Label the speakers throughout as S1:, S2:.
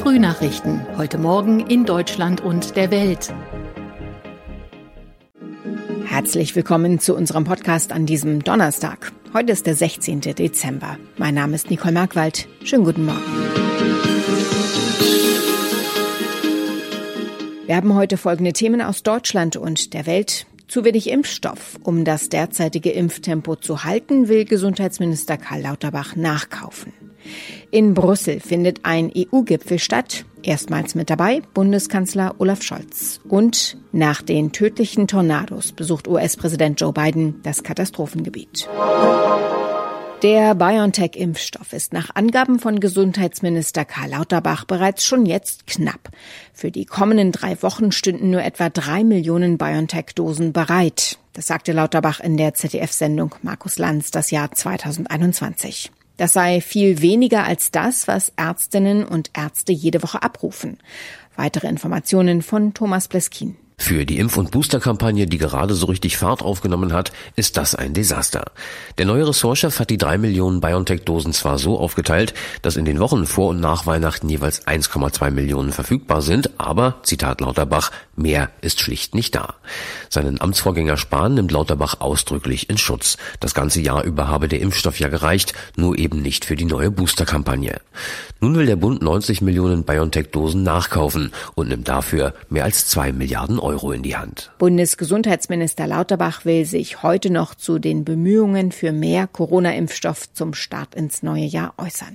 S1: Frühnachrichten. Heute Morgen in Deutschland und der Welt.
S2: Herzlich willkommen zu unserem Podcast an diesem Donnerstag. Heute ist der 16. Dezember. Mein Name ist Nicole Markwald. Schönen guten Morgen. Wir haben heute folgende Themen aus Deutschland und der Welt. Zu wenig Impfstoff. Um das derzeitige Impftempo zu halten, will Gesundheitsminister Karl Lauterbach nachkaufen. In Brüssel findet ein EU-Gipfel statt. Erstmals mit dabei Bundeskanzler Olaf Scholz. Und nach den tödlichen Tornados besucht US-Präsident Joe Biden das Katastrophengebiet. Der BioNTech-Impfstoff ist nach Angaben von Gesundheitsminister Karl Lauterbach bereits schon jetzt knapp. Für die kommenden 3 Wochen stünden nur etwa 3 Millionen BioNTech-Dosen bereit. Das sagte Lauterbach in der ZDF-Sendung Markus Lanz das Jahr 2021. Das sei viel weniger als das, was Ärztinnen und Ärzte jede Woche abrufen. Weitere Informationen von Thomas Bleskin.
S3: Für die Impf- und Booster-Kampagne, die gerade so richtig Fahrt aufgenommen hat, ist das ein Desaster. Der neue Ressortchef hat die 3 Millionen BioNTech-Dosen zwar so aufgeteilt, dass in den Wochen vor und nach Weihnachten jeweils 1,2 Millionen verfügbar sind, aber, Zitat Lauterbach, mehr ist schlicht nicht da. Seinen Amtsvorgänger Spahn nimmt Lauterbach ausdrücklich in Schutz. Das ganze Jahr über habe der Impfstoff ja gereicht, nur eben nicht für die neue Booster-Kampagne. Nun will der Bund 90 Millionen BioNTech-Dosen nachkaufen und nimmt dafür mehr als 2 Milliarden Euro in die Hand.
S2: Bundesgesundheitsminister Lauterbach will sich heute noch zu den Bemühungen für mehr Corona-Impfstoff zum Start ins neue Jahr äußern.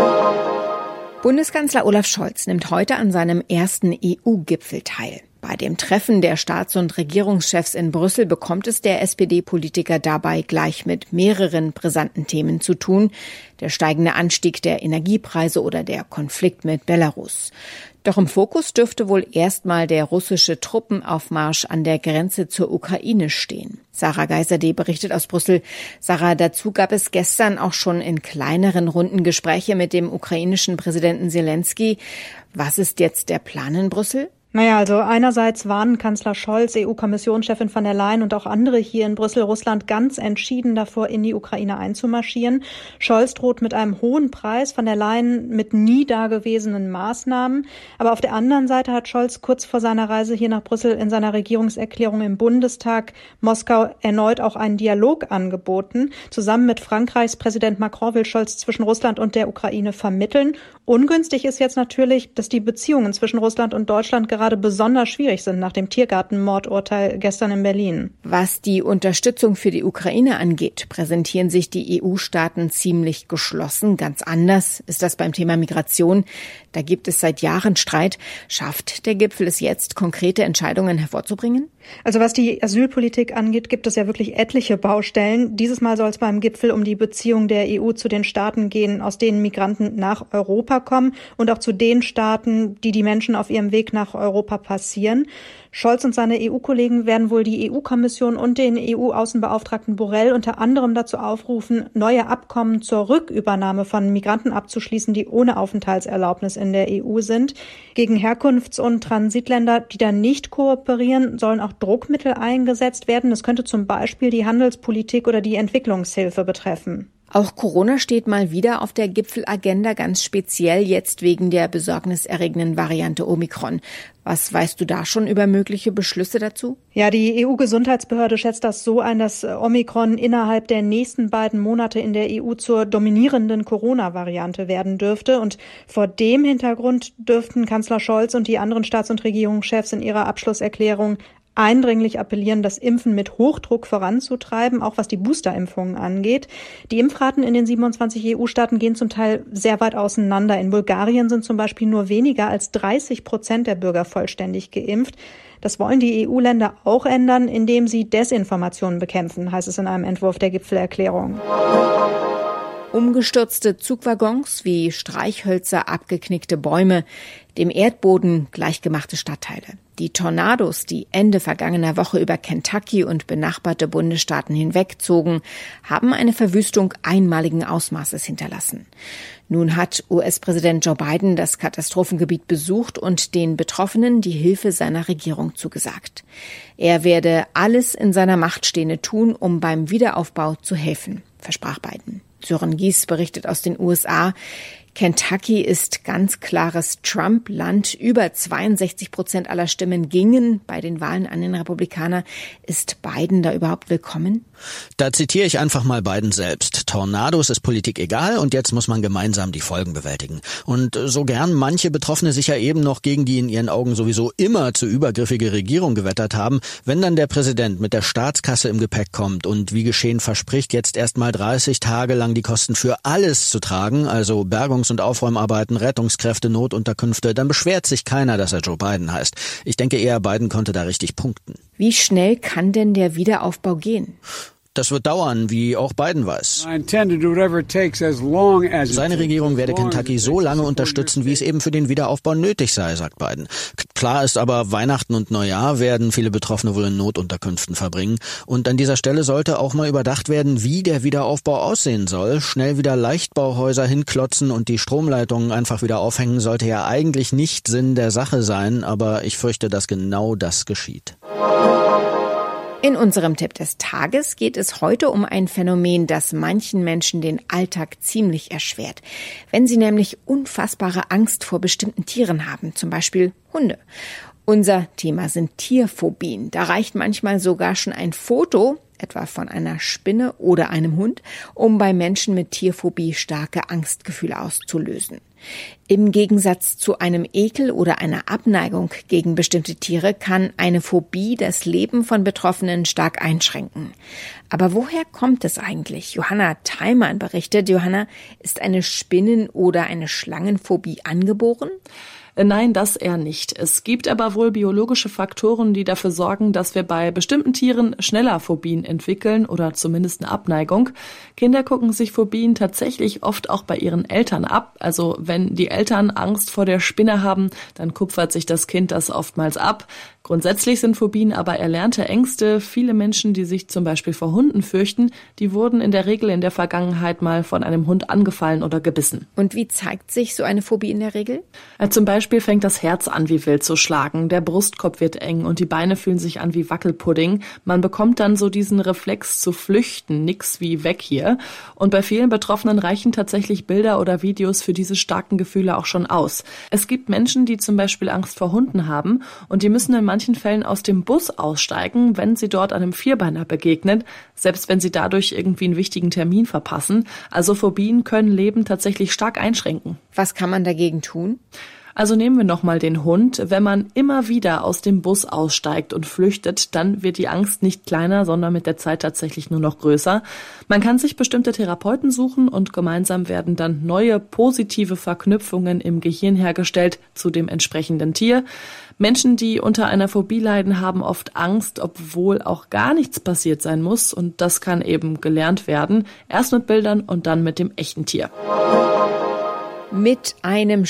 S2: Bundeskanzler Olaf Scholz nimmt heute an seinem ersten EU-Gipfel teil. Bei dem Treffen der Staats- und Regierungschefs in Brüssel bekommt es der SPD-Politiker dabei gleich mit mehreren brisanten Themen zu tun. Der steigende Anstieg der Energiepreise oder der Konflikt mit Belarus. Doch im Fokus dürfte wohl erstmal der russische Truppenaufmarsch an der Grenze zur Ukraine stehen. Sarah Geiserde berichtet aus Brüssel. Sarah, dazu gab es gestern auch schon in kleineren Runden Gespräche mit dem ukrainischen Präsidenten Selenskyj. Was ist jetzt der Plan in Brüssel?
S4: Also einerseits warnen Kanzler Scholz, EU-Kommissionschefin von der Leyen und auch andere hier in Brüssel Russland ganz entschieden davor, in die Ukraine einzumarschieren. Scholz droht mit einem hohen Preis, von der Leyen mit nie dagewesenen Maßnahmen. Aber auf der anderen Seite hat Scholz kurz vor seiner Reise hier nach Brüssel in seiner Regierungserklärung im Bundestag Moskau erneut auch einen Dialog angeboten. Zusammen mit Frankreichs Präsident Macron will Scholz zwischen Russland und der Ukraine vermitteln. Ungünstig ist jetzt natürlich, dass die Beziehungen zwischen Russland und Deutschland gerade besonders schwierig sind nach dem Tiergarten-Mordurteil gestern in Berlin.
S2: Was die Unterstützung für die Ukraine angeht, präsentieren sich die EU-Staaten ziemlich geschlossen. Ganz anders ist das beim Thema Migration. Da gibt es seit Jahren Streit. Schafft der Gipfel es jetzt, konkrete Entscheidungen hervorzubringen?
S4: Also was die Asylpolitik angeht, gibt es ja wirklich etliche Baustellen. Dieses Mal soll es beim Gipfel um die Beziehung der EU zu den Staaten gehen, aus denen Migranten nach Europa kommen und auch zu den Staaten, die Menschen auf ihrem Weg nach Europa passieren. Scholz und seine EU-Kollegen werden wohl die EU-Kommission und den EU-Außenbeauftragten Borrell unter anderem dazu aufrufen, neue Abkommen zur Rückübernahme von Migranten abzuschließen, die ohne Aufenthaltserlaubnis in der EU sind. Gegen Herkunfts- und Transitländer, die da nicht kooperieren, sollen auch Druckmittel eingesetzt werden. Das könnte zum Beispiel die Handelspolitik oder die Entwicklungshilfe betreffen.
S2: Auch Corona steht mal wieder auf der Gipfelagenda, ganz speziell jetzt wegen der besorgniserregenden Variante Omikron. Was weißt du da schon über mögliche Beschlüsse dazu?
S4: Ja, die EU-Gesundheitsbehörde schätzt das so ein, dass Omikron innerhalb der nächsten 2 Monate in der EU zur dominierenden Corona-Variante werden dürfte. Und vor dem Hintergrund dürften Kanzler Scholz und die anderen Staats- und Regierungschefs in ihrer Abschlusserklärung eindringlich appellieren, das Impfen mit Hochdruck voranzutreiben, auch was die Boosterimpfungen angeht. Die Impfraten in den 27 EU-Staaten gehen zum Teil sehr weit auseinander. In Bulgarien sind zum Beispiel nur weniger als 30% der Bürger vollständig geimpft. Das wollen die EU-Länder auch ändern, indem sie Desinformationen bekämpfen, heißt es in einem Entwurf der Gipfelerklärung.
S2: Umgestürzte Zugwaggons wie Streichhölzer, abgeknickte Bäume, dem Erdboden gleichgemachte Stadtteile. Die Tornados, die Ende vergangener Woche über Kentucky und benachbarte Bundesstaaten hinwegzogen, haben eine Verwüstung einmaligen Ausmaßes hinterlassen. Nun hat US-Präsident Joe Biden das Katastrophengebiet besucht und den Betroffenen die Hilfe seiner Regierung zugesagt. Er werde alles in seiner Macht Stehende tun, um beim Wiederaufbau zu helfen, versprach Biden. Sören Gies berichtet aus den USA. Kentucky ist ganz klares Trump-Land. Über 62% aller Stimmen gingen bei den Wahlen an den Republikaner. Ist Biden da überhaupt willkommen?
S5: Da zitiere ich einfach mal Biden selbst. Tornados ist Politik egal und jetzt muss man gemeinsam die Folgen bewältigen. Und so gern manche Betroffene sich ja eben noch gegen die in ihren Augen sowieso immer zu übergriffige Regierung gewettert haben, wenn dann der Präsident mit der Staatskasse im Gepäck kommt und wie geschehen verspricht, jetzt erstmal 30 Tage lang die Kosten für alles zu tragen, also Bergungs- und Aufräumarbeiten, Rettungskräfte, Notunterkünfte, dann beschwert sich keiner, dass er Joe Biden heißt. Ich denke eher, Biden konnte da richtig punkten.
S2: Wie schnell kann denn der Wiederaufbau gehen?
S5: Das wird dauern, wie auch Biden weiß. Seine Regierung werde Kentucky so lange unterstützen, wie es eben für den Wiederaufbau nötig sei, sagt Biden. Klar ist aber, Weihnachten und Neujahr werden viele Betroffene wohl in Notunterkünften verbringen. Und an dieser Stelle sollte auch mal überdacht werden, wie der Wiederaufbau aussehen soll. Schnell wieder Leichtbauhäuser hinklotzen und die Stromleitungen einfach wieder aufhängen, sollte ja eigentlich nicht Sinn der Sache sein. Aber ich fürchte, dass genau das geschieht.
S2: In unserem Tipp des Tages geht es heute um ein Phänomen, das manchen Menschen den Alltag ziemlich erschwert. Wenn sie nämlich unfassbare Angst vor bestimmten Tieren haben, zum Beispiel Hunde. Unser Thema sind Tierphobien. Da reicht manchmal sogar schon ein Foto, etwa von einer Spinne oder einem Hund, um bei Menschen mit Tierphobie starke Angstgefühle auszulösen. Im Gegensatz zu einem Ekel oder einer Abneigung gegen bestimmte Tiere kann eine Phobie das Leben von Betroffenen stark einschränken. Aber woher kommt es eigentlich? Johanna Theimann berichtet. Johanna, ist eine Spinnen- oder eine Schlangenphobie angeboren?
S6: Nein, das eher nicht. Es gibt aber wohl biologische Faktoren, die dafür sorgen, dass wir bei bestimmten Tieren schneller Phobien entwickeln oder zumindest eine Abneigung. Kinder gucken sich Phobien tatsächlich oft auch bei ihren Eltern ab. Also wenn die Eltern Angst vor der Spinne haben, dann kupfert sich das Kind das oftmals ab. Grundsätzlich sind Phobien aber erlernte Ängste. Viele Menschen, die sich zum Beispiel vor Hunden fürchten, die wurden in der Regel in der Vergangenheit mal von einem Hund angefallen oder gebissen.
S2: Und wie zeigt sich so eine Phobie in der Regel?
S6: Zum Beispiel fängt das Herz an wie wild zu schlagen, der Brustkorb wird eng und die Beine fühlen sich an wie Wackelpudding. Man bekommt dann so diesen Reflex zu flüchten, nix wie weg hier. Und bei vielen Betroffenen reichen tatsächlich Bilder oder Videos für diese starken Gefühle auch schon aus. Es gibt Menschen, die zum Beispiel Angst vor Hunden haben und die müssen in manchen Fällen aus dem Bus aussteigen, wenn sie dort einem Vierbeiner begegnen, selbst wenn sie dadurch irgendwie einen wichtigen Termin verpassen. Also Phobien können Leben tatsächlich stark einschränken.
S2: Was kann man dagegen tun?
S6: Also nehmen wir nochmal den Hund. Wenn man immer wieder aus dem Bus aussteigt und flüchtet, dann wird die Angst nicht kleiner, sondern mit der Zeit tatsächlich nur noch größer. Man kann sich bestimmte Therapeuten suchen und gemeinsam werden dann neue positive Verknüpfungen im Gehirn hergestellt zu dem entsprechenden Tier. Menschen, die unter einer Phobie leiden, haben oft Angst, obwohl auch gar nichts passiert sein muss. Und das kann eben gelernt werden. Erst mit Bildern und dann mit dem echten Tier.
S2: Mit einem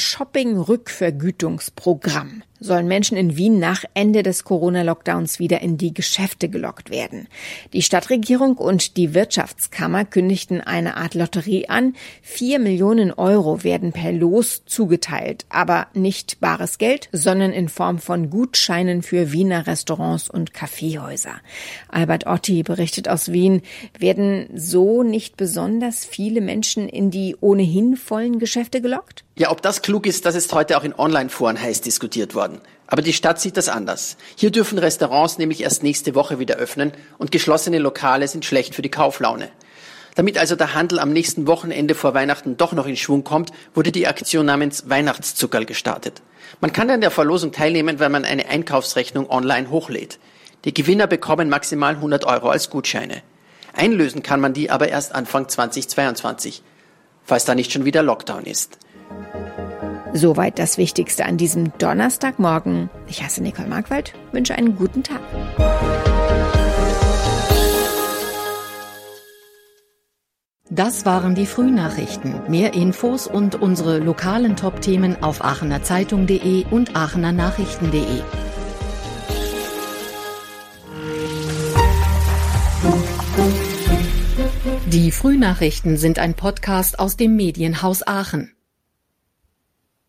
S2: Shopping-Rückvergütungsprogramm sollen Menschen in Wien nach Ende des Corona-Lockdowns wieder in die Geschäfte gelockt werden. Die Stadtregierung und die Wirtschaftskammer kündigten eine Art Lotterie an. 4 Millionen Euro werden per Los zugeteilt, aber nicht bares Geld, sondern in Form von Gutscheinen für Wiener Restaurants und Kaffeehäuser. Albert Otti berichtet aus Wien, werden so nicht besonders viele Menschen in die ohnehin vollen Geschäfte gelockt?
S7: Ja, ob das klug ist, das ist heute auch in Online-Foren heiß diskutiert worden. Aber die Stadt sieht das anders. Hier dürfen Restaurants nämlich erst nächste Woche wieder öffnen und geschlossene Lokale sind schlecht für die Kauflaune. Damit also der Handel am nächsten Wochenende vor Weihnachten doch noch in Schwung kommt, wurde die Aktion namens Weihnachtszuckerl gestartet. Man kann an der Verlosung teilnehmen, wenn man eine Einkaufsrechnung online hochlädt. Die Gewinner bekommen maximal 100 Euro als Gutscheine. Einlösen kann man die aber erst Anfang 2022, falls da nicht schon wieder Lockdown ist.
S2: Soweit das Wichtigste an diesem Donnerstagmorgen. Ich heiße Nicole Markwald, wünsche einen guten Tag.
S1: Das waren die Frühnachrichten. Mehr Infos und unsere lokalen Top-Themen auf aachenerzeitung.de und aachenernachrichten.de. Die Frühnachrichten sind ein Podcast aus dem Medienhaus Aachen.